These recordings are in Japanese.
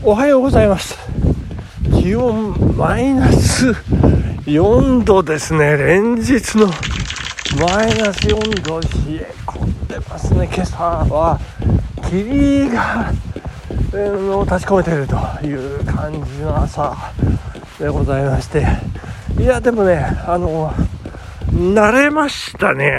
おはようございます。気温マイナス4度ですね。連日のマイナス4度、冷え込んでますね。今朝は霧が立ち込めているという感じの朝でございまして、いやでもね、慣れましたね。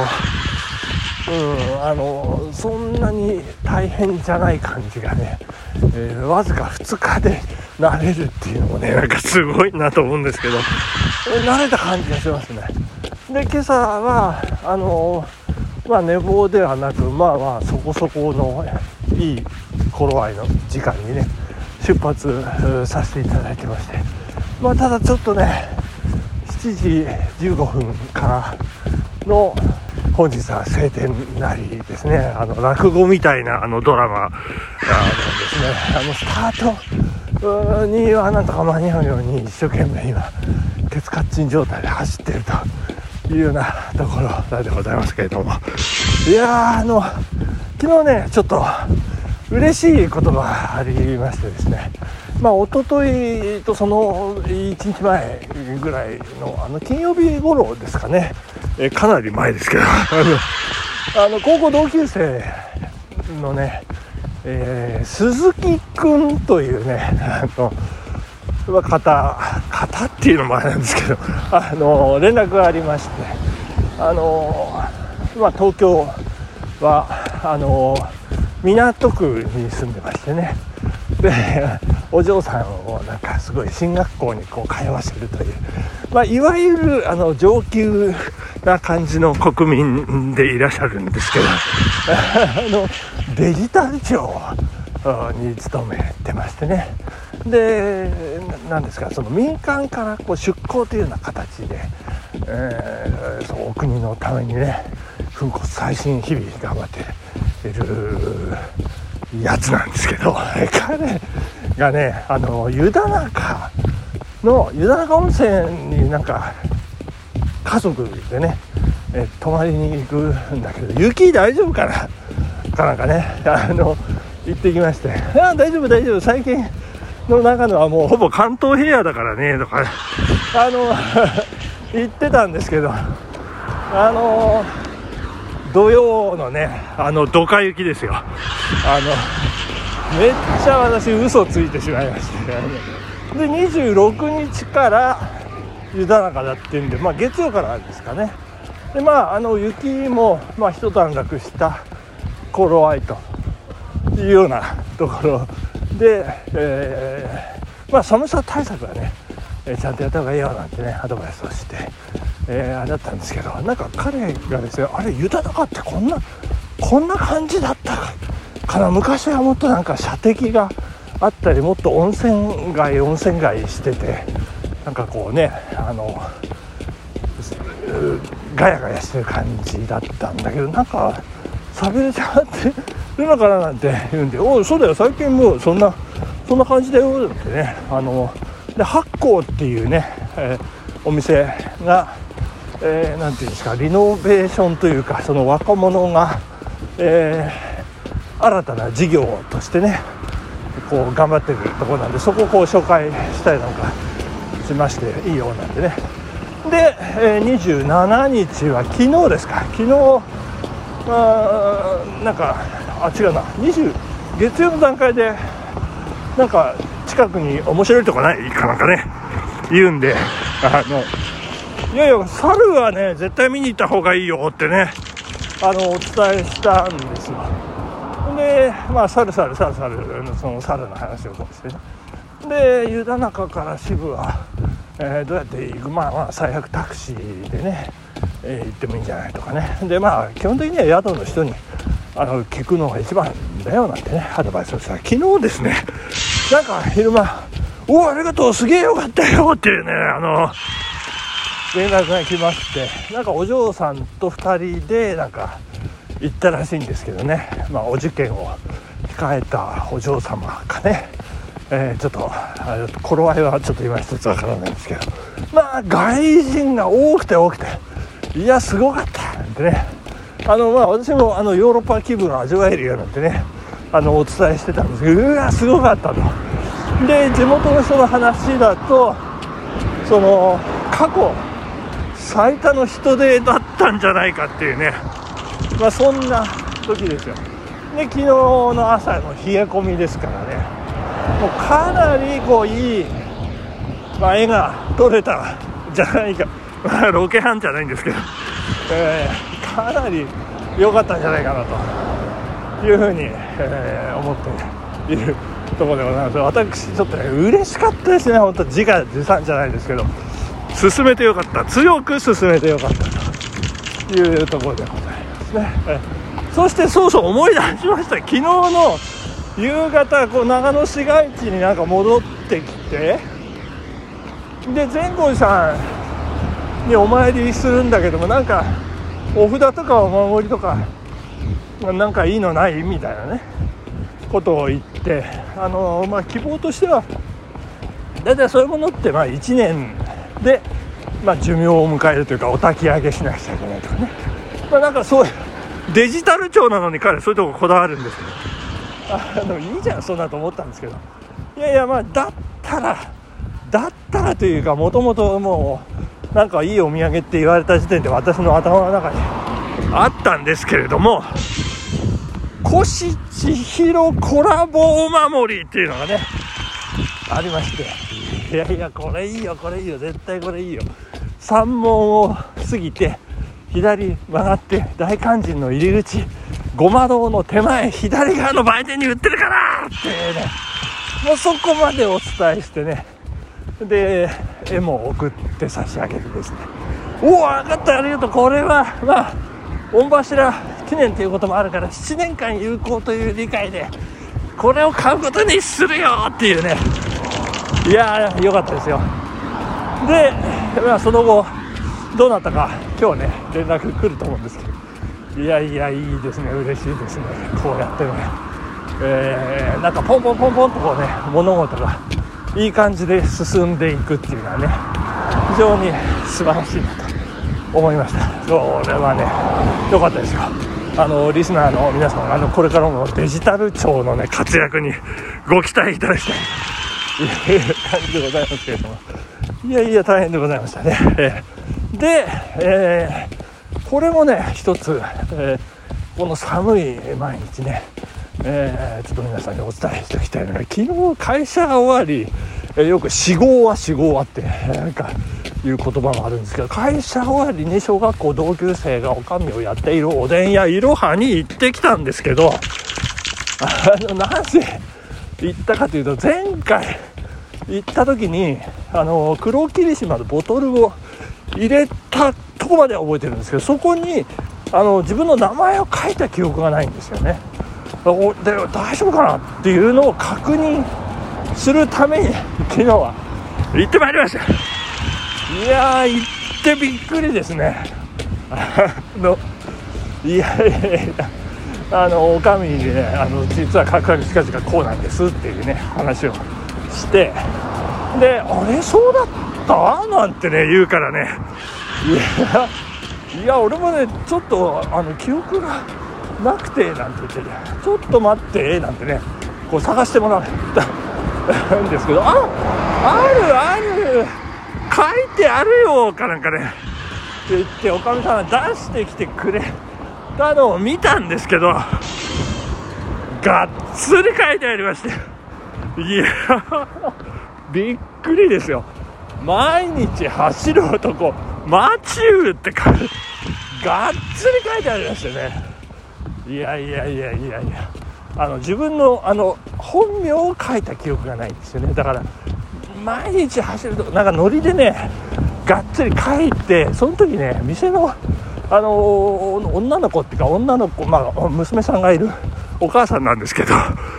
そんなに大変じゃない感じがね、わずか2日で慣れるっていうのもね、なんかすごいなと思うんですけど、慣れた感じがしますね。で、今朝は寝坊ではなく、そこそこのいい頃合いの時間にね出発させていただいてまして、ただちょっとね7時15分からの本日は晴天なりですね。落語みたいなドラマですね、スタートにはなんとか間に合うように一生懸命今ケツカッチン状態で走っているというようなところでございますけれども、いや昨日ねちょっと嬉しいことがありましてですね、一昨日とその1日前ぐらいの金曜日頃ですかね、かなり前ですけど高校同級生のね、鈴木くんというね方っていうのもあれなんですけど連絡がありまして、東京は港区に住んでましてね、でお嬢さんをなんかすごい進学校に通わせるという、いわゆる上級な感じの国民でいらっしゃるんですけどデジタル庁に勤めてましてね、でなんですか、その民間から出向というような形で、お国のためにね粉骨砕身日々頑張っているやつなんですけど、彼がね湯田中温泉になんか家族でね、泊まりに行くんだけど、雪大丈夫かなんかね行ってきまして、大丈夫最近の長野はもうほぼ関東平野だからねとか言ってたんですけど、土曜のねドカ雪ですよ。めっちゃ私嘘ついてしまいまして、で26日から湯田中だっていうんで、月曜からですかね。で雪も一段落した頃合いというようなところで、寒さ対策はねちゃんとやった方がいいよなんてねアドバイスをして、あれだったんですけど、なんか彼がですね、あれ湯田中ってこんな感じだったかな、昔はもっとなんか射的があったり、もっと温泉街してて、なんかガヤガヤしてる感じだったんだけど、なんか寂れちゃってるのかななんて言うんで、そうだよ最近もうそんな感じだよってね、で八甲っていうね、お店が、なんていうんですか、リノベーションというか、その若者が、新たな事業としてね頑張ってるところなんで、そこを紹介したりなんかしましていいよなんてね。で、27日は昨日ですか、昨日違うな、月曜の段階でなんか近くに面白いとこないかなんかね言うんで、いや猿はね絶対見に行った方がいいよってねお伝えしたんですよ。で猿のその猿の話をしてね、で湯田中から渋は、どうやって行く、最悪タクシーでね、行ってもいいんじゃないとかね。で基本的には宿の人に聞くのが一番だよなんてねアドバイスをしたら、昨日ですねなんか昼間ありがとうすげえよかったよっていうね連絡が来まして、なんかお嬢さんと2人でなんか行ったらしいんですけどね、お受験を控えたお嬢様かね、ちょっと頃合いはちょっと今一つわからないんですけど、外人が多くていやすごかったなんてね、私もヨーロッパ気分を味わえるようなんてねお伝えしてたんですけど、すごかったとで地元の人の話だと、その過去最多の人出だったんじゃないかっていうね、そんな時ですよ。で昨日の朝の冷え込みですからね、もうかなりいい、絵が撮れたんじゃないか、ロケハンじゃないんですけど、かなり良かったんじゃないかなというふうに、思っているところでございます。私ちょっとね嬉しかったですね、本当自画自賛じゃないですけど、進めてよかった、強く進めてよかったというところでございますね。そしてそう思い出しました。昨日の夕方長野市街地に戻ってきて、で善光寺さんにお参りするんだけども、お札とかお守りとかいいのないみたいなねことを言って、希望としてはだいたいそういうものって1年で寿命を迎えるというか、お焚き上げしなくちゃいけないとかね、そういうデジタル庁なのに彼そういうとここだわるんですけど、いいじゃんそんなと思ったんですけど、いやだったらというか、もともともういいお土産って言われた時点で私の頭の中にあったんですけれども、越千尋コラボお守りっていうのがねありまして、いやこれいいよ絶対これいいよ、山門を過ぎて左曲がって大勧進の入り口ごま堂の手前左側の売店に売ってるからってね、もうそこまでお伝えしてね、で絵も送って差し上げてですね、分かったありがとう、これは御柱記念ということもあるから7年間有効という理解でこれを買うことにするよっていうね、いや良かったですよ。で、その後どうなったか今日ね連絡来ると思うんですけど、いやいいですね、嬉しいですね。こうやってね、ポンポンと物事がいい感じで進んでいくっていうのはね非常に素晴らしいなと思いました。それはね良かったですよ。リスナーの皆さんこれからもデジタル庁のね活躍にご期待いただきたいという感じでございますけれども、いや大変でございましたね。で、これもね一つ、この寒い毎日ね、ちょっと皆さんにお伝えしておきたいのが、昨日会社終わり、よく4号はっていう言葉もあるんですけど、会社終わりに小学校同級生がおかみをやっているおでん屋いろはに行ってきたんですけど、なぜ行ったかというと、前回行った時に黒霧島のボトルを入れたとこまでは覚えてるんですけど、そこに自分の名前を書いた記憶がないんですよね。で大丈夫かなっていうのを確認するために昨日は行ってまいりました。いや行ってびっくりですね。おかみにね実はカクカクチカチカこうなんですっていうね話をして、であれそうだったなんてね言うからね、いや俺もねちょっと記憶がなくてなんて言って、ちょっと待ってなんてね探してもらったんですけど、ある書いてあるよかなんかねって言っておかみさんが出してきてくれたのを見たんですけど、がっつり書いてありまして、いやびっくりですよ。毎日走る男マチューってがっつり書いてありましてね、いや自分の本名を書いた記憶がないんですよね。だから毎日走るとノリでねがっつり書いて、その時ね店の女の子っていうか女の子、娘さんがいるお母さんなんですけど、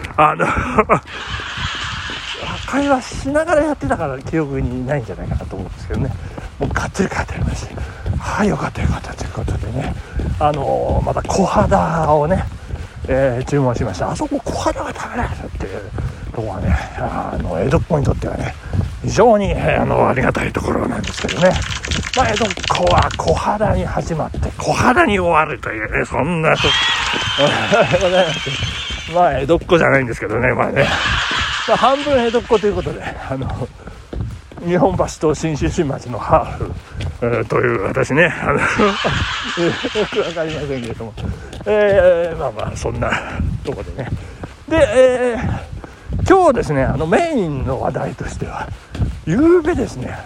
会話しながらやってたから記憶にないんじゃないかなと思うんですけどね、もうがっつり書いてありまして、よかったということでね、また小肌をね、注文しました。あそこ小肌が食べられるっていうところはね江戸っ子にとってはね非常にありがたいところなんですけどね、江戸っ子は小肌に始まって小肌に終わるというね、そんなございます。江戸っ子じゃないんですけどね、 半分江戸っ子ということで日本橋と新州新町のハーフ、という私ねよくわかりませんけれども、まあそんなとこでねで、今日ですねメインの話題としては夕べですね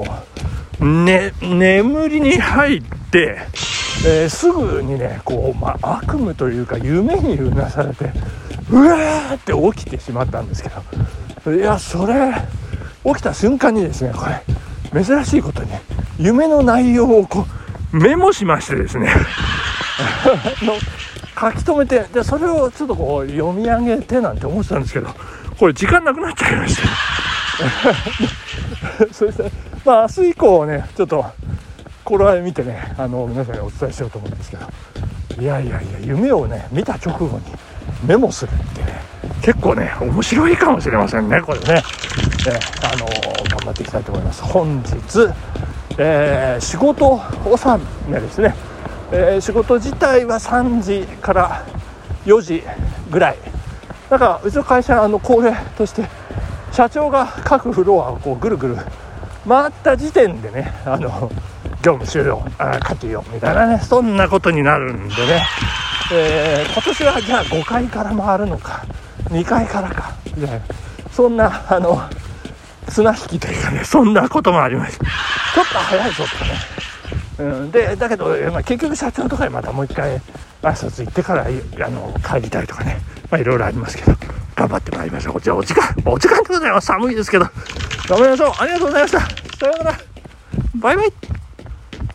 眠りに入って、すぐにねこう、悪夢というか夢にうなされてうわーって起きてしまったんですけど、いやそれ起きた瞬間にですねこれ珍しいことに夢の内容をこうメモしましてですね書き留めて、でそれをちょっとこう読み上げてなんて思ってたんですけど、これ時間なくなっちゃいましてそして明日以降ねちょっと頃合い見てね皆さんにお伝えしようと思うんですけど、いや夢をね見た直後にメモするってね結構ね面白いかもしれませんねこれね。頑張っていきたいと思います。本日、仕事納めですね、仕事自体は3時から4時ぐらいだからうちの会社恒例として社長が各フロアをこうぐるぐる回った時点でね業務終了かけようみたいなねそんなことになるんでね、今年はじゃあ5階から回るのか2階からかみたいなそんな綱引きというかねそんなこともありました。ちょっと早いぞとかね、でだけど、結局社長とかにまたもう一回挨拶行ってから帰りたいとかねいろいろありますけど頑張ってまいりましょう。じゃあお時間でございます。寒いですけど頑張りましょう。ありがとうございました。さようなら。バイバイ。